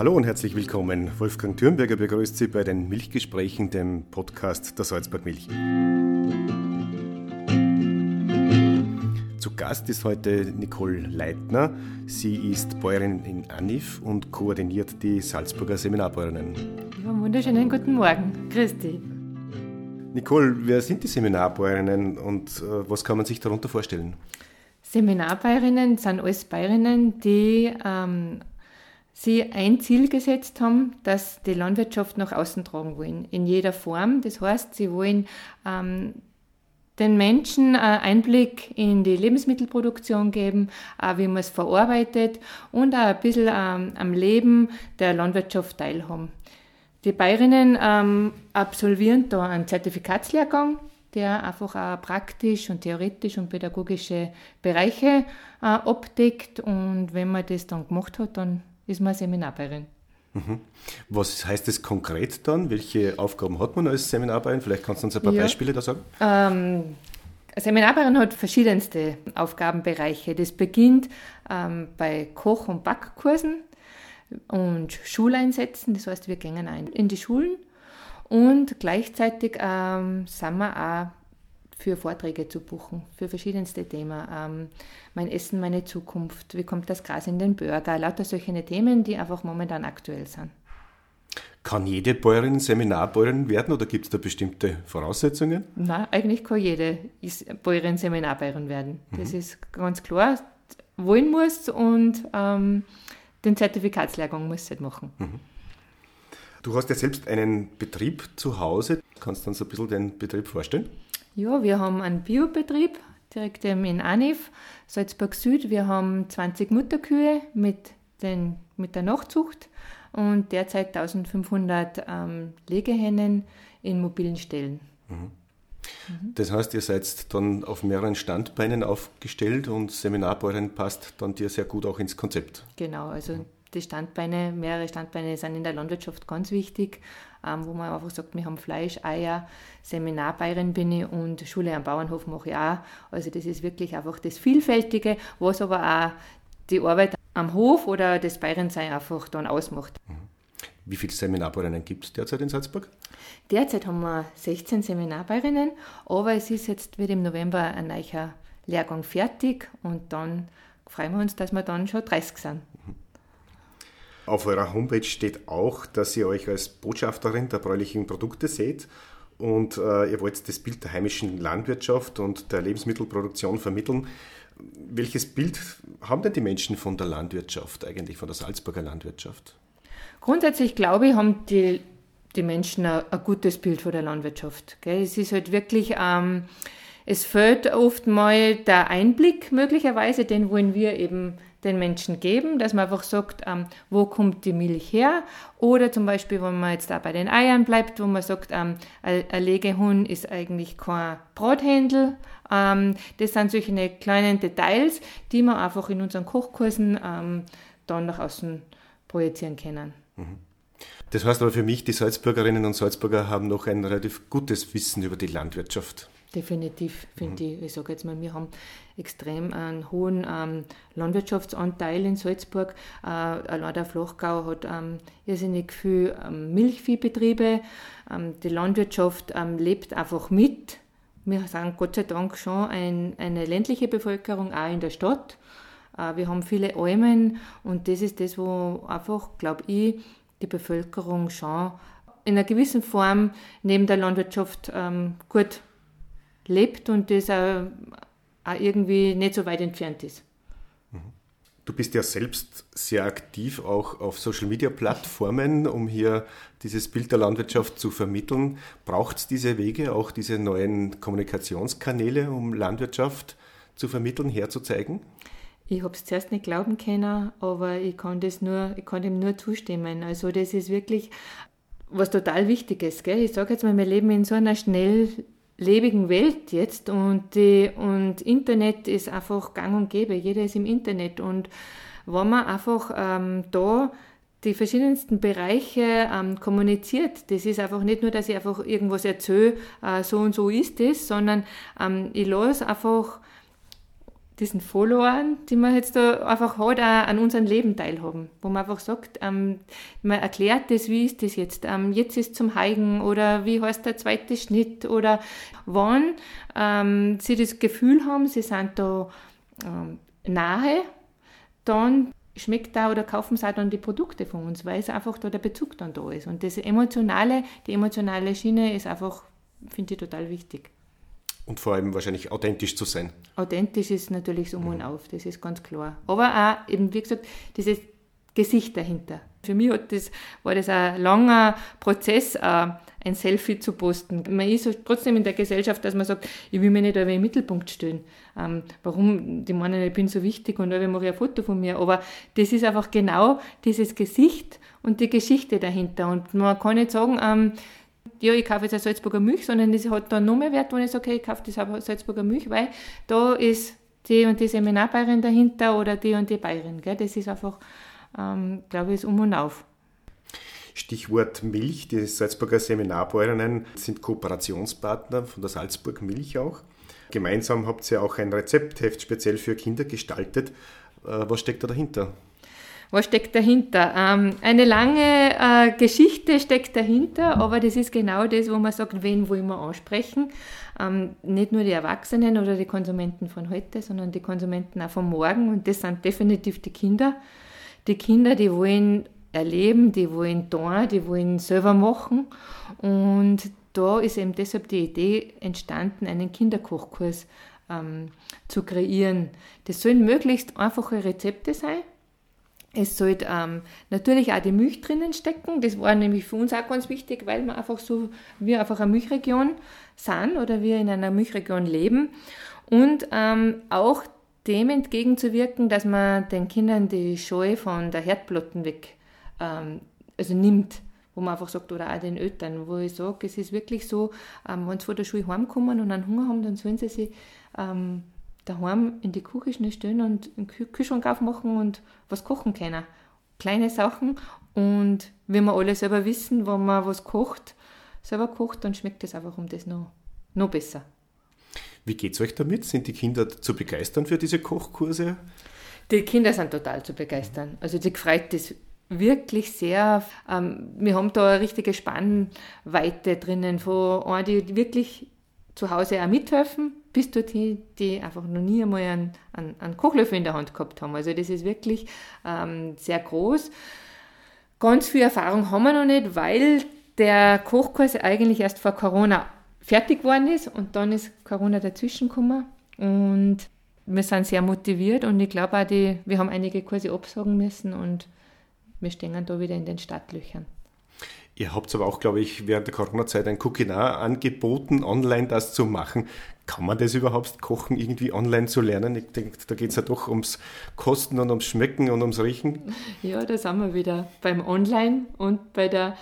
Hallo und herzlich willkommen. Wolfgang Thürnberger begrüßt Sie bei den Milchgesprächen, dem Podcast der Salzburg Milch. Zu Gast ist heute Nicole Leitner. Sie ist Bäuerin in Anif und koordiniert die Salzburger Seminarbäuerinnen. Ja, wunderschönen guten Morgen. Grüß dich. Nicole, wer sind die Seminarbäuerinnen und was kann man sich darunter vorstellen? Seminarbäuerinnen sind alles Bäuerinnen, die sie ein Ziel gesetzt haben, dass die Landwirtschaft nach außen tragen wollen, in jeder Form. Das heißt, sie wollen den Menschen Einblick in die Lebensmittelproduktion geben, wie man es verarbeitet und auch ein bisschen am Leben der Landwirtschaft teilhaben. Die Bäuerinnen absolvieren da einen Zertifikatslehrgang, der einfach auch praktisch und theoretisch und pädagogische Bereiche abdeckt. Und wenn man das dann gemacht hat, dann ist man Seminarbäuerin. Mhm. Was heißt das konkret dann? Welche Aufgaben hat man als Seminarbäuerin? Vielleicht kannst du uns ein paar Beispiele da sagen. Eine Seminarbäuerin hat verschiedenste Aufgabenbereiche. Das beginnt bei Koch- und Backkursen und Schuleinsätzen. Das heißt, wir gehen ein in die Schulen und gleichzeitig sind wir auch für Vorträge zu buchen, für verschiedenste Themen. Mein Essen, meine Zukunft, wie kommt das Gras in den Burger, lauter solche Themen, die einfach momentan aktuell sind. Kann jede Bäuerin Seminarbäuerin werden oder gibt es da bestimmte Voraussetzungen? Nein, eigentlich kann jede Bäuerin Seminarbäuerin werden. Das ist ganz klar, wollen muss und den Zertifikatslehrgang muss halt machen. Du hast ja selbst einen Betrieb zu Hause. Kannst du uns ein bisschen den Betrieb vorstellen? Ja, wir haben einen Biobetrieb direkt in Anif, Salzburg Süd. Wir haben 20 Mutterkühe mit der Nachzucht und derzeit 1500 Legehennen in mobilen Ställen. Das heißt, ihr seid dann auf mehreren Standbeinen aufgestellt und Seminarbäuerin passt dann dir sehr gut auch ins Konzept. Genau, also mehrere Standbeine sind in der Landwirtschaft ganz wichtig, wo man einfach sagt, wir haben Fleisch, Eier, Seminarbäuerin bin ich und Schule am Bauernhof mache ich auch. Also das ist wirklich einfach das Vielfältige, was aber auch die Arbeit am Hof oder das Bäuerensein einfach dann ausmacht. Wie viele Seminarbäuerinnen gibt es derzeit in Salzburg? Derzeit haben wir 16 Seminarbäuerinnen, aber es ist jetzt wird im November ein neuer Lehrgang fertig und dann freuen wir uns, dass wir dann schon 30 sind. Auf eurer Homepage steht auch, dass ihr euch als Botschafterin der bäuerlichen Produkte seht und ihr wollt das Bild der heimischen Landwirtschaft und der Lebensmittelproduktion vermitteln. Welches Bild haben denn die Menschen von der Landwirtschaft eigentlich, von der Salzburger Landwirtschaft? Grundsätzlich glaube ich, haben die Menschen ein gutes Bild von der Landwirtschaft. Gell? Es ist halt wirklich, es fehlt oft mal der Einblick möglicherweise, den wollen wir eben den Menschen geben, dass man einfach sagt, wo kommt die Milch her? Oder zum Beispiel, wenn man jetzt da bei den Eiern bleibt, wo man sagt, ein Legehuhn ist eigentlich kein Brathändel. Das sind solche kleinen Details, die wir einfach in unseren Kochkursen dann nach außen projizieren können. Das heißt aber für mich, die Salzburgerinnen und Salzburger haben noch ein relativ gutes Wissen über die Landwirtschaft. Definitiv, finde ich. Ich sage jetzt mal, wir haben extrem einen hohen Landwirtschaftsanteil in Salzburg. Allein der Flachgau hat irrsinnig viel Milchviehbetriebe. Die Landwirtschaft lebt einfach mit. Wir sind Gott sei Dank schon eine ländliche Bevölkerung, auch in der Stadt. Wir haben viele Almen und das ist das, wo einfach, glaube ich, die Bevölkerung schon in einer gewissen Form neben der Landwirtschaft gut lebt und das auch irgendwie nicht so weit entfernt ist. Du bist ja selbst sehr aktiv auch auf Social-Media-Plattformen, um hier dieses Bild der Landwirtschaft zu vermitteln. Braucht es diese Wege, auch diese neuen Kommunikationskanäle, um Landwirtschaft zu vermitteln, herzuzeigen? Ich habe es zuerst nicht glauben können, aber ich kann dem nur zustimmen. Also das ist wirklich was total Wichtiges. Gell? Ich sage jetzt mal, wir leben in so einer schnelllebigen Welt jetzt und Internet ist einfach gang und gäbe. Jeder ist im Internet und wenn man einfach da die verschiedensten Bereiche kommuniziert, das ist einfach nicht nur, dass ich einfach irgendwas erzähle, so und so ist es, sondern ich lasse einfach diesen Followern, die man jetzt da einfach hat, auch an unserem Leben teilhaben. Wo man einfach sagt, man erklärt das, wie ist das jetzt? Jetzt ist zum Heigen oder wie heißt der zweite Schnitt oder wann sie das Gefühl haben, sie sind da nahe, dann schmeckt da oder kaufen sie auch dann die Produkte von uns, weil es einfach da der Bezug dann da ist. Und die emotionale Schiene ist einfach, finde ich, total wichtig. Und vor allem wahrscheinlich authentisch zu sein. Authentisch ist natürlich das Um und Auf, das ist ganz klar. Aber auch eben, wie gesagt, dieses Gesicht dahinter. Für mich war das ein langer Prozess, ein Selfie zu posten. Man ist trotzdem in der Gesellschaft, dass man sagt, ich will mich nicht in den Mittelpunkt stellen. Warum? Die meinen, ich bin so wichtig und ich mache ein Foto von mir. Aber das ist einfach genau dieses Gesicht und die Geschichte dahinter. Und man kann nicht sagen, ja, ich kaufe jetzt eine Salzburger Milch, sondern das hat dann noch mehr Wert, wenn ich sage, okay, ich kaufe das Salzburger Milch, weil da ist die und die Seminarbayerin dahinter oder die und die Bayerin. Gell? Das ist einfach, glaube ich, das Um und Auf. Stichwort Milch, die Salzburger Seminarbäuerinnen sind Kooperationspartner von der Salzburg Milch auch. Gemeinsam habt ihr auch ein Rezeptheft speziell für Kinder gestaltet. Was steckt da dahinter? Was steckt dahinter? Eine lange Geschichte steckt dahinter, aber das ist genau das, wo man sagt, wen wollen wir ansprechen. Nicht nur die Erwachsenen oder die Konsumenten von heute, sondern die Konsumenten auch von morgen. Und das sind definitiv die Kinder. Die Kinder, die wollen erleben, die wollen tun, die wollen selber machen. Und da ist eben deshalb die Idee entstanden, einen Kinderkochkurs zu kreieren. Das sollen möglichst einfache Rezepte sein. Es sollte natürlich auch die Milch drinnen stecken. Das war nämlich für uns auch ganz wichtig, weil wir einfach eine Milchregion sind oder wir in einer Milchregion leben. Und auch dem entgegenzuwirken, dass man den Kindern die Scheu von der Herdplatten weg nimmt. Wo man einfach sagt, oder auch den Eltern, wo ich sage, es ist wirklich so, wenn sie von der Schule heimkommen und einen Hunger haben, dann sollen sie sich daheim in die Küche stellen und einen Kühlschrank aufmachen und was kochen können. Kleine Sachen. Und wenn wir alle selber wissen, wenn man was selber kocht, dann schmeckt es einfach um das noch besser. Wie geht es euch damit? Sind die Kinder zu begeistern für diese Kochkurse? Die Kinder sind total zu begeistern. Also die freut das wirklich sehr. Wir haben da eine richtige Spannweite drinnen, von einer, die wirklich zu Hause auch mithelfen, bis dorthin, die einfach noch nie einmal einen Kochlöffel in der Hand gehabt haben. Also das ist wirklich sehr groß. Ganz viel Erfahrung haben wir noch nicht, weil der Kochkurs eigentlich erst vor Corona fertig geworden ist und dann ist Corona dazwischen gekommen und wir sind sehr motiviert und ich glaube auch, wir haben einige Kurse absagen müssen und wir stehen da wieder in den Startlöchern. Ihr habt aber auch, glaube ich, während der Corona-Zeit ein Cookinar angeboten, online das zu machen. Kann man das überhaupt, Kochen irgendwie online zu lernen? Ich denke, da geht es ja doch ums Kosten und ums Schmecken und ums Riechen. Ja, da sind wir wieder beim Online und bei der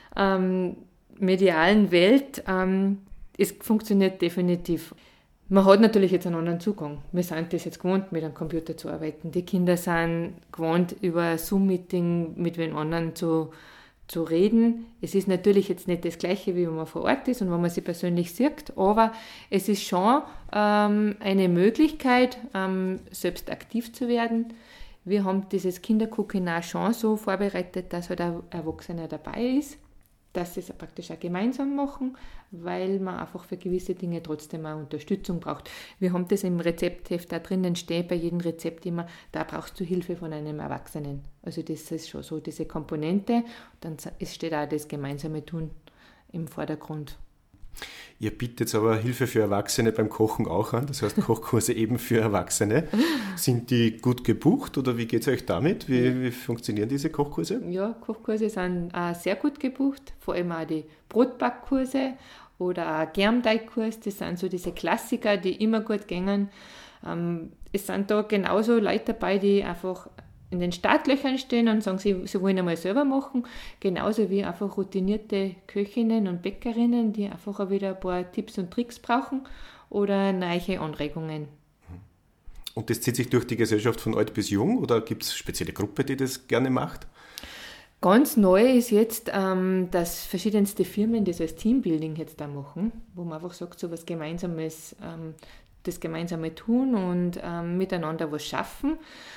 medialen Welt. Es funktioniert definitiv. Man hat natürlich jetzt einen anderen Zugang. Wir sind das jetzt gewohnt, mit einem Computer zu arbeiten. Die Kinder sind gewohnt, über ein Zoom-Meeting mit den anderen zu reden. Es ist natürlich jetzt nicht das Gleiche, wie wenn man vor Ort ist und wenn man sie persönlich sieht, aber es ist schon eine Möglichkeit, selbst aktiv zu werden. Wir haben dieses Kindercookinar schon so vorbereitet, dass halt ein Erwachsener dabei ist, dass sie es praktisch auch gemeinsam machen, weil man einfach für gewisse Dinge trotzdem auch Unterstützung braucht. Wir haben das im Rezeptheft da drinnen stehen, bei jedem Rezept immer, da brauchst du Hilfe von einem Erwachsenen. Also das ist schon so diese Komponente. Dann steht auch das gemeinsame Tun im Vordergrund. Ihr bietet aber Hilfe für Erwachsene beim Kochen auch an, das heißt Kochkurse eben für Erwachsene. Sind die gut gebucht oder wie geht es euch damit? Wie funktionieren diese Kochkurse? Ja, Kochkurse sind sehr gut gebucht, vor allem auch die Brotbackkurse oder auch Germteigkurs, das sind so diese Klassiker, die immer gut gehen. Es sind da genauso Leute dabei, die einfach in den Startlöchern stehen und sagen, sie wollen einmal selber machen, genauso wie einfach routinierte Köchinnen und Bäckerinnen, die einfach auch wieder ein paar Tipps und Tricks brauchen oder neue Anregungen. Und das zieht sich durch die Gesellschaft von alt bis jung oder gibt es eine spezielle Gruppe, die das gerne macht? Ganz neu ist jetzt, dass verschiedenste Firmen das als Teambuilding jetzt da machen, wo man einfach sagt, so was Gemeinsames das gemeinsame tun und miteinander was schaffen.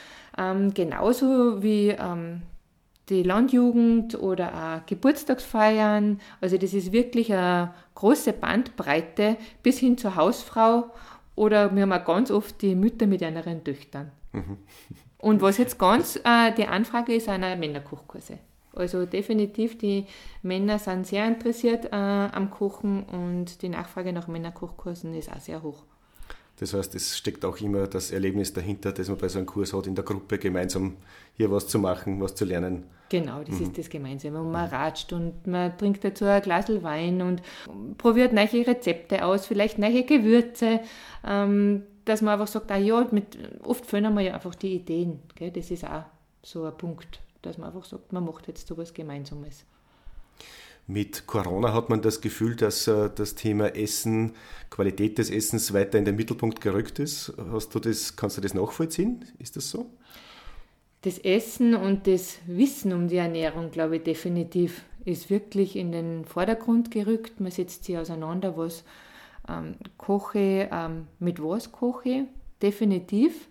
Genauso wie die Landjugend oder auch Geburtstagsfeiern. Also das ist wirklich eine große Bandbreite bis hin zur Hausfrau oder wir haben auch ganz oft die Mütter mit ihren Töchtern. Und was jetzt ganz die Anfrage ist, sind auch Männerkochkurse. Also definitiv, die Männer sind sehr interessiert am Kochen und die Nachfrage nach Männerkochkursen ist auch sehr hoch. Das heißt, es steckt auch immer das Erlebnis dahinter, dass man bei so einem Kurs hat, in der Gruppe gemeinsam hier was zu machen, was zu lernen. Genau, das ist das Gemeinsame. Und man ratscht und man trinkt dazu ein Glas Wein und probiert neue Rezepte aus, vielleicht neue Gewürze, dass man einfach sagt, oft fehlen mir ja einfach die Ideen. Gell? Das ist auch so ein Punkt, dass man einfach sagt, man macht jetzt sowas Gemeinsames. Mit Corona hat man das Gefühl, dass das Thema Essen, Qualität des Essens weiter in den Mittelpunkt gerückt ist. Kannst du das nachvollziehen? Ist das so? Das Essen und das Wissen um die Ernährung, glaube ich, definitiv ist wirklich in den Vordergrund gerückt. Man setzt sich auseinander, was koche, mit was koche, definitiv.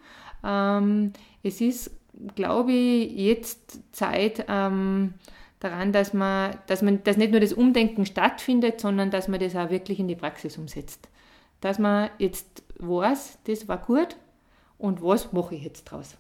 Es ist, glaube ich, jetzt Zeit daran, dass nicht nur das Umdenken stattfindet, sondern dass man das auch wirklich in die Praxis umsetzt. Dass man jetzt weiß, das war gut und was mache ich jetzt draus?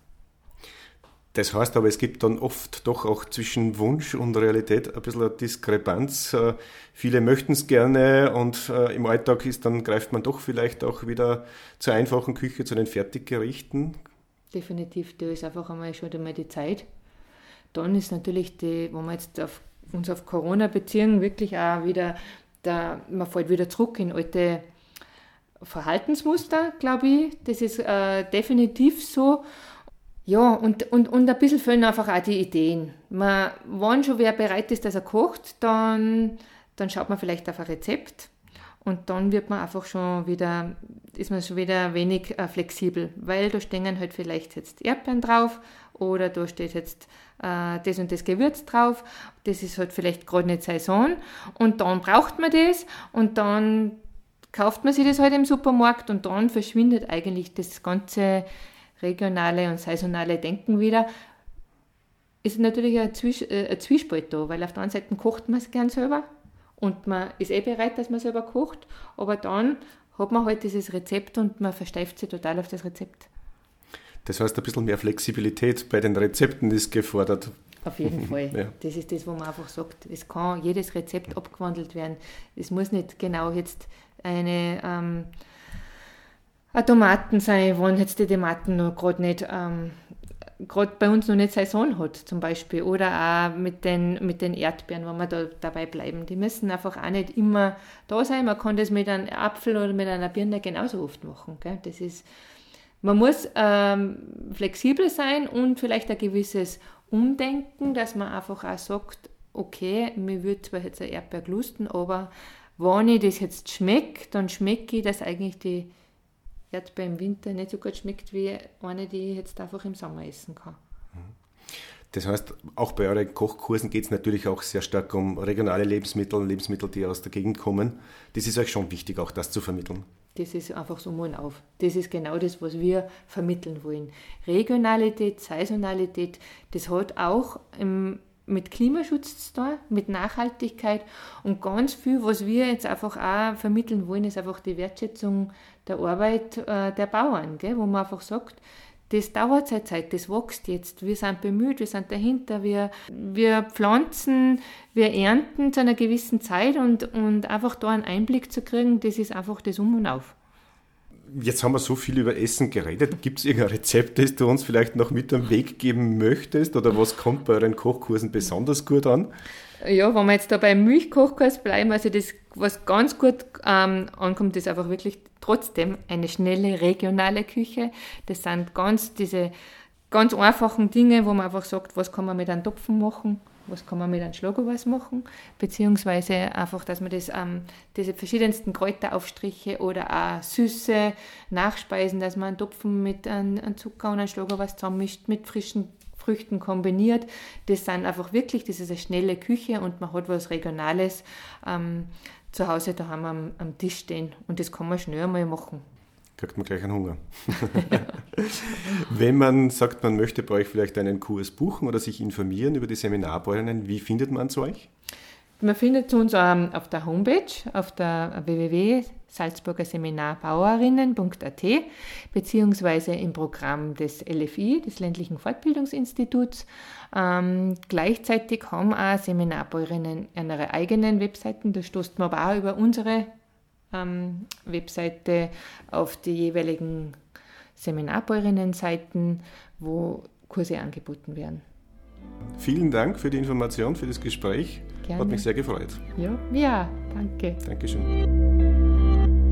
Das heißt aber, es gibt dann oft doch auch zwischen Wunsch und Realität ein bisschen eine Diskrepanz. Viele möchten es gerne und im Alltag greift man doch vielleicht auch wieder zur einfachen Küche, zu den Fertiggerichten. Definitiv, da ist einfach schon einmal die Zeit. Dann ist natürlich wenn wir jetzt uns auf Corona beziehen, wirklich auch wieder, man fällt wieder zurück in alte Verhaltensmuster, glaube ich. Das ist definitiv so. Ja, und ein bisschen fehlen einfach auch die Ideen. Wenn schon wer bereit ist, dass er kocht, dann schaut man vielleicht auf ein Rezept und dann ist man schon wieder wenig flexibel, weil da stehen halt vielleicht jetzt Erdbeeren drauf oder da steht jetzt das und das Gewürz drauf, das ist halt vielleicht gerade nicht Saison und dann braucht man das und dann kauft man sich das halt im Supermarkt und dann verschwindet eigentlich das ganze regionale und saisonale Denken wieder. Ist natürlich ein Zwiespalt da, weil auf der einen Seite kocht man es gern selber und man ist bereit, dass man selber kocht, aber dann hat man halt dieses Rezept und man versteift sich total auf das Rezept. Das heißt, ein bisschen mehr Flexibilität bei den Rezepten ist gefordert. Auf jeden Fall. Ja. Das ist das, wo man einfach sagt, es kann jedes Rezept abgewandelt werden. Es muss nicht genau jetzt eine Tomaten sein, wenn jetzt die Tomaten noch gerade bei uns noch nicht Saison hat zum Beispiel. Oder auch mit den Erdbeeren, wenn wir da dabei bleiben. Die müssen einfach auch nicht immer da sein. Man kann das mit einem Apfel oder mit einer Birne genauso oft machen. Gell? Man muss flexibel sein und vielleicht ein gewisses Umdenken, dass man einfach auch sagt, okay, mir würde zwar jetzt eine Erdbeer gelusten, aber wenn ich das jetzt schmecke, dann schmecke ich, dass eigentlich die Erdbeer im Winter nicht so gut schmeckt wie eine, die ich jetzt einfach im Sommer essen kann. Das heißt, auch bei euren Kochkursen geht es natürlich auch sehr stark um regionale Lebensmittel, die aus der Gegend kommen. Das ist euch schon wichtig, auch das zu vermitteln. Das ist einfach so mal auf. Das ist genau das, was wir vermitteln wollen. Regionalität, Saisonalität, das hat auch mit Klimaschutz zu tun, mit Nachhaltigkeit und ganz viel, was wir jetzt einfach auch vermitteln wollen, ist einfach die Wertschätzung der Arbeit der Bauern, gell? Wo man einfach sagt, das dauert seine Zeit, das wächst jetzt, wir sind bemüht, wir sind dahinter, wir pflanzen, wir ernten zu einer gewissen Zeit und einfach da einen Einblick zu kriegen, das ist einfach das Um und Auf. Jetzt haben wir so viel über Essen geredet. Gibt es irgendein Rezept, das du uns vielleicht noch mit am Weg geben möchtest oder was kommt bei euren Kochkursen besonders gut an? Ja, wenn wir jetzt da beim Milchkochkurs bleiben, also das, was ganz gut ankommt, ist einfach wirklich trotzdem eine schnelle regionale Küche. Das sind diese ganz einfachen Dinge, wo man einfach sagt, was kann man mit einem Topfen machen, was kann man mit einem Schlagerweiß machen, beziehungsweise einfach, dass man diese verschiedensten Kräuteraufstriche oder auch süße Nachspeisen, dass man einen Topfen mit einem Zucker und einem Schlagerweiß zusammenmischt, mit frischen Früchten kombiniert. Das sind einfach wirklich, das ist eine schnelle Küche und man hat was Regionales zu Hause daheim am Tisch stehen und das kann man schnell einmal machen. Kriegt man gleich einen Hunger. Wenn man sagt, man möchte bei euch vielleicht einen Kurs buchen oder sich informieren über die Seminarbäuerinnen, wie findet man zu euch? Man findet uns auf der Homepage, auf der www.salzburgerseminarbauerinnen.at beziehungsweise im Programm des LFI, des Ländlichen Fortbildungsinstituts. Gleichzeitig haben auch Seminarbäuerinnen ihre eigenen Webseiten. Da stoßt man aber auch über unsere Webseite auf die jeweiligen Seminarbäuerinnen-Seiten, wo Kurse angeboten werden. Vielen Dank für die Information, für das Gespräch. Gerne. Hat mich sehr gefreut. Ja, danke. Dankeschön.